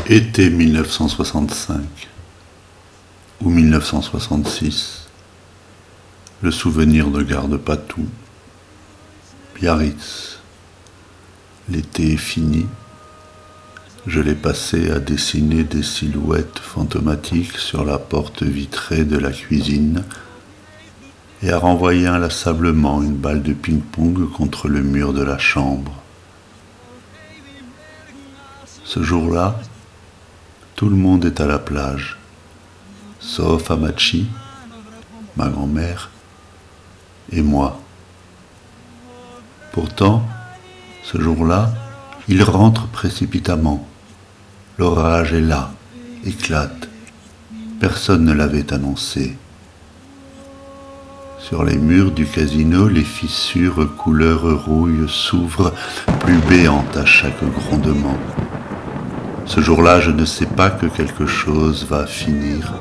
Été 1965 ou 1966, le souvenir ne garde pas tout. Biarritz, l'été est fini, je l'ai passé à dessiner des silhouettes fantomatiques sur la porte vitrée de la cuisine et à renvoyer inlassablement une balle de ping-pong contre le mur de la chambre. Ce jour-là, tout le monde est à la plage, sauf Amachi, ma grand-mère, et moi. Pourtant, ce jour-là, il rentre précipitamment. L'orage est là, éclate. Personne ne l'avait annoncé. Sur les murs du casino, les fissures couleur rouille s'ouvrent, plus béantes à chaque grondement. Ce jour-là, je ne sais pas que quelque chose va finir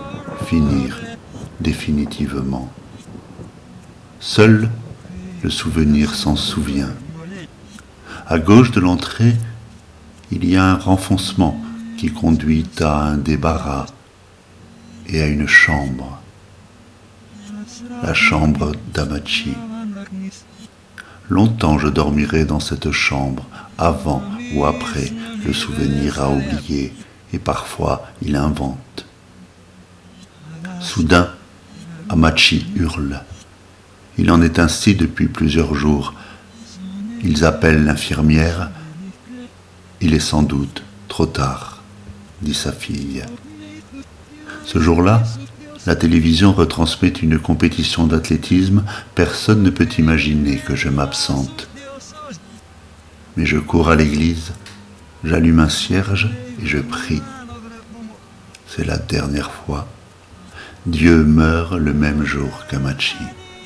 définitivement. Seul le souvenir s'en souvient. À gauche de l'entrée, il y a un renfoncement qui conduit à un débarras et à une chambre. La chambre d'Amachi. Longtemps je dormirai dans cette chambre, avant ou après le souvenir a oublié, et parfois il invente. Soudain, Amachi hurle. Il en est ainsi depuis plusieurs jours. Ils appellent l'infirmière. Il est sans doute trop tard, dit sa fille. Ce jour-là, la télévision retransmet une compétition d'athlétisme. Personne ne peut imaginer que je m'absente. Mais je cours à l'église, j'allume un cierge et je prie. C'est la dernière fois. Dieu meurt le même jour qu'Amachi.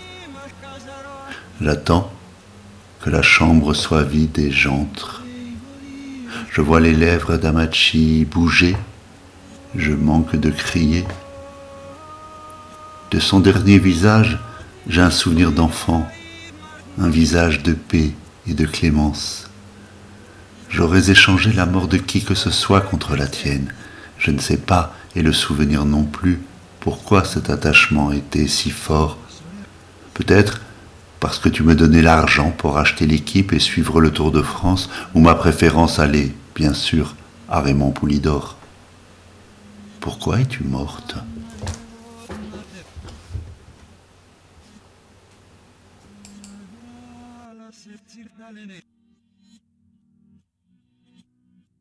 J'attends que la chambre soit vide et j'entre. Je vois les lèvres d'Amachi bouger. Je manque de crier. De son dernier visage, j'ai un souvenir d'enfant, un visage de paix et de clémence. J'aurais échangé la mort de qui que ce soit contre la tienne. Je ne sais pas, et le souvenir non plus, pourquoi cet attachement était si fort. Peut-être parce que tu me donnais l'argent pour acheter l'équipe et suivre le Tour de France, où ma préférence allait, bien sûr, à Raymond Poulidor. Pourquoi es-tu morte ?